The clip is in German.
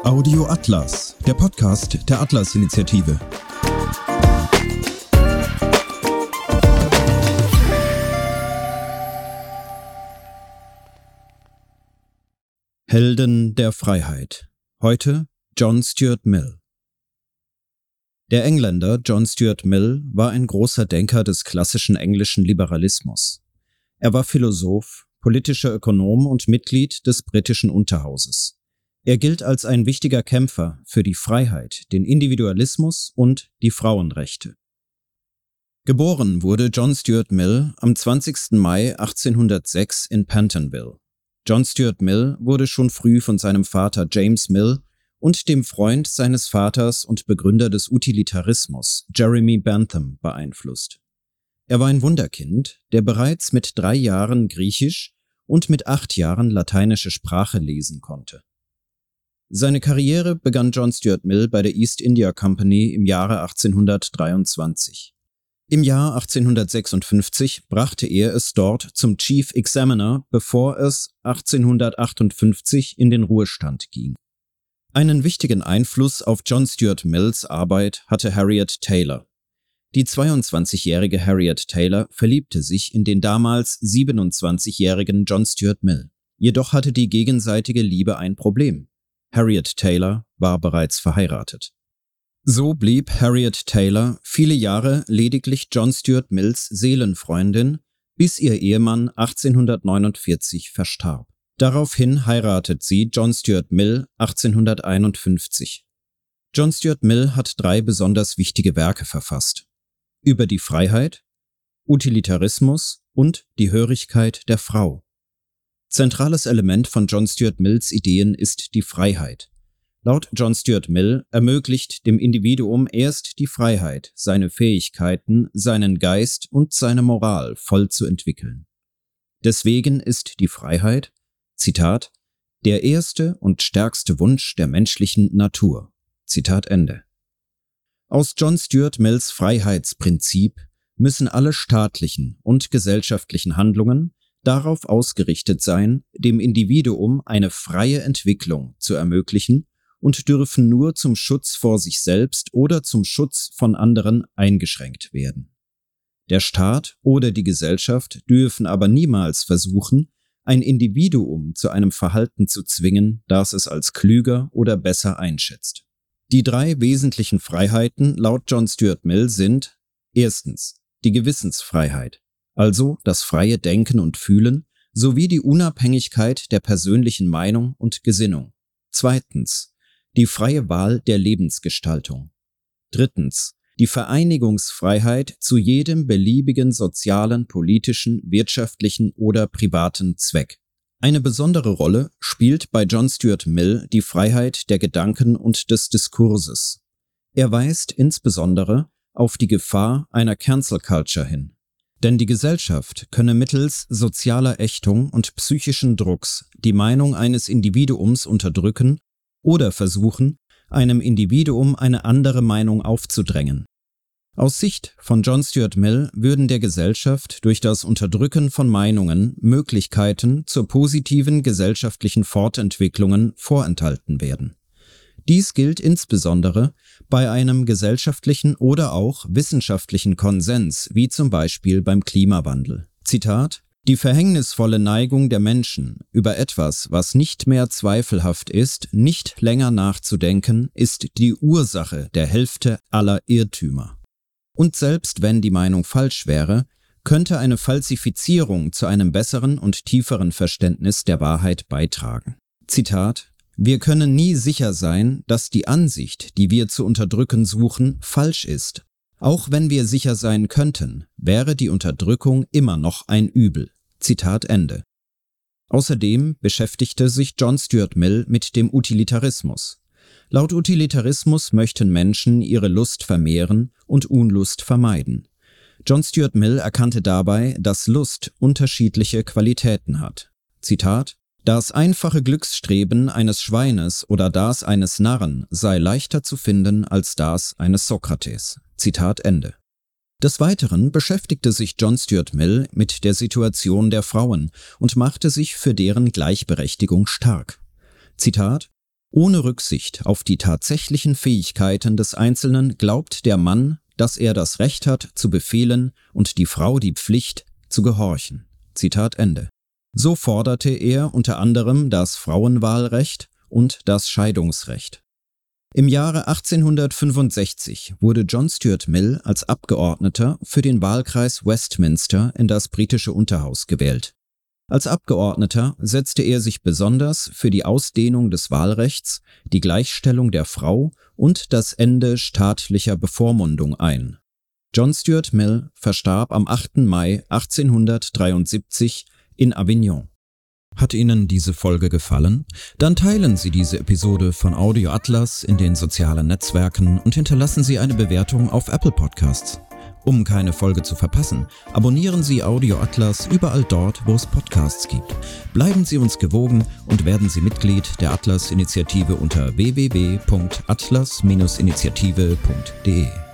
Audio Atlas, der Podcast der Atlas-Initiative. Helden der Freiheit. Heute John Stuart Mill. Der Engländer John Stuart Mill war ein großer Denker des klassischen englischen Liberalismus. Er war Philosoph, politischer Ökonom und Mitglied des britischen Unterhauses. Er gilt als ein wichtiger Kämpfer für die Freiheit, den Individualismus und die Frauenrechte. Geboren wurde John Stuart Mill am 20. Mai 1806 in Pentonville. John Stuart Mill wurde schon früh von seinem Vater James Mill und dem Freund seines Vaters und Begründer des Utilitarismus, Jeremy Bentham, beeinflusst. Er war ein Wunderkind, der bereits mit 3 Jahren Griechisch und mit 8 Jahren lateinische Sprache lesen konnte. Seine Karriere begann John Stuart Mill bei der East India Company im Jahre 1823. Im Jahr 1856 brachte er es dort zum Chief Examiner, bevor es 1858 in den Ruhestand ging. Einen wichtigen Einfluss auf John Stuart Mills Arbeit hatte Harriet Taylor. Die 22-jährige Harriet Taylor verliebte sich in den damals 27-jährigen John Stuart Mill. Jedoch hatte die gegenseitige Liebe ein Problem. Harriet Taylor war bereits verheiratet. So blieb Harriet Taylor viele Jahre lediglich John Stuart Mills Seelenfreundin, bis ihr Ehemann 1849 verstarb. Daraufhin heiratet sie John Stuart Mill 1851. John Stuart Mill hat 3 besonders wichtige Werke verfasst: Über die Freiheit, Utilitarismus und die Hörigkeit der Frau. Zentrales Element von John Stuart Mills Ideen ist die Freiheit. Laut John Stuart Mill ermöglicht dem Individuum erst die Freiheit, seine Fähigkeiten, seinen Geist und seine Moral voll zu entwickeln. Deswegen ist die Freiheit, Zitat, der erste und stärkste Wunsch der menschlichen Natur. Zitat Ende. Aus John Stuart Mills Freiheitsprinzip müssen alle staatlichen und gesellschaftlichen Handlungen darauf ausgerichtet sein, dem Individuum eine freie Entwicklung zu ermöglichen und dürfen nur zum Schutz vor sich selbst oder zum Schutz von anderen eingeschränkt werden. Der Staat oder die Gesellschaft dürfen aber niemals versuchen, ein Individuum zu einem Verhalten zu zwingen, das es als klüger oder besser einschätzt. Die 3 wesentlichen Freiheiten laut John Stuart Mill sind: Erstens, die Gewissensfreiheit, also das freie Denken und Fühlen, sowie die Unabhängigkeit der persönlichen Meinung und Gesinnung. Zweitens, die freie Wahl der Lebensgestaltung. Drittens, die Vereinigungsfreiheit zu jedem beliebigen sozialen, politischen, wirtschaftlichen oder privaten Zweck. Eine besondere Rolle spielt bei John Stuart Mill die Freiheit der Gedanken und des Diskurses. Er weist insbesondere auf die Gefahr einer Cancel Culture hin. Denn die Gesellschaft könne mittels sozialer Ächtung und psychischen Drucks die Meinung eines Individuums unterdrücken oder versuchen, einem Individuum eine andere Meinung aufzudrängen. Aus Sicht von John Stuart Mill würden der Gesellschaft durch das Unterdrücken von Meinungen Möglichkeiten zur positiven gesellschaftlichen Fortentwicklungen vorenthalten werden. Dies gilt insbesondere bei einem gesellschaftlichen oder auch wissenschaftlichen Konsens, wie zum Beispiel beim Klimawandel. Zitat: Die verhängnisvolle Neigung der Menschen, über etwas, was nicht mehr zweifelhaft ist, nicht länger nachzudenken, ist die Ursache der Hälfte aller Irrtümer. Und selbst wenn die Meinung falsch wäre, könnte eine Falsifizierung zu einem besseren und tieferen Verständnis der Wahrheit beitragen. Zitat: Wir können nie sicher sein, dass die Ansicht, die wir zu unterdrücken suchen, falsch ist. Auch wenn wir sicher sein könnten, wäre die Unterdrückung immer noch ein Übel. Zitat Ende. Außerdem beschäftigte sich John Stuart Mill mit dem Utilitarismus. Laut Utilitarismus möchten Menschen ihre Lust vermehren und Unlust vermeiden. John Stuart Mill erkannte dabei, dass Lust unterschiedliche Qualitäten hat. Zitat: Das einfache Glücksstreben eines Schweines oder das eines Narren sei leichter zu finden als das eines Sokrates. Zitat Ende. Des Weiteren beschäftigte sich John Stuart Mill mit der Situation der Frauen und machte sich für deren Gleichberechtigung stark. Zitat: Ohne Rücksicht auf die tatsächlichen Fähigkeiten des Einzelnen glaubt der Mann, dass er das Recht hat, zu befehlen und die Frau die Pflicht, zu gehorchen. Zitat Ende. So forderte er unter anderem das Frauenwahlrecht und das Scheidungsrecht. Im Jahre 1865 wurde John Stuart Mill als Abgeordneter für den Wahlkreis Westminster in das britische Unterhaus gewählt. Als Abgeordneter setzte er sich besonders für die Ausdehnung des Wahlrechts, die Gleichstellung der Frau und das Ende staatlicher Bevormundung ein. John Stuart Mill verstarb am 8. Mai 1873 in Avignon. Hat Ihnen diese Folge gefallen? Dann teilen Sie diese Episode von Audio Atlas in den sozialen Netzwerken und hinterlassen Sie eine Bewertung auf Apple Podcasts. Um keine Folge zu verpassen, abonnieren Sie Audio Atlas überall dort, wo es Podcasts gibt. Bleiben Sie uns gewogen und werden Sie Mitglied der Atlas-Initiative unter www.atlas-initiative.de.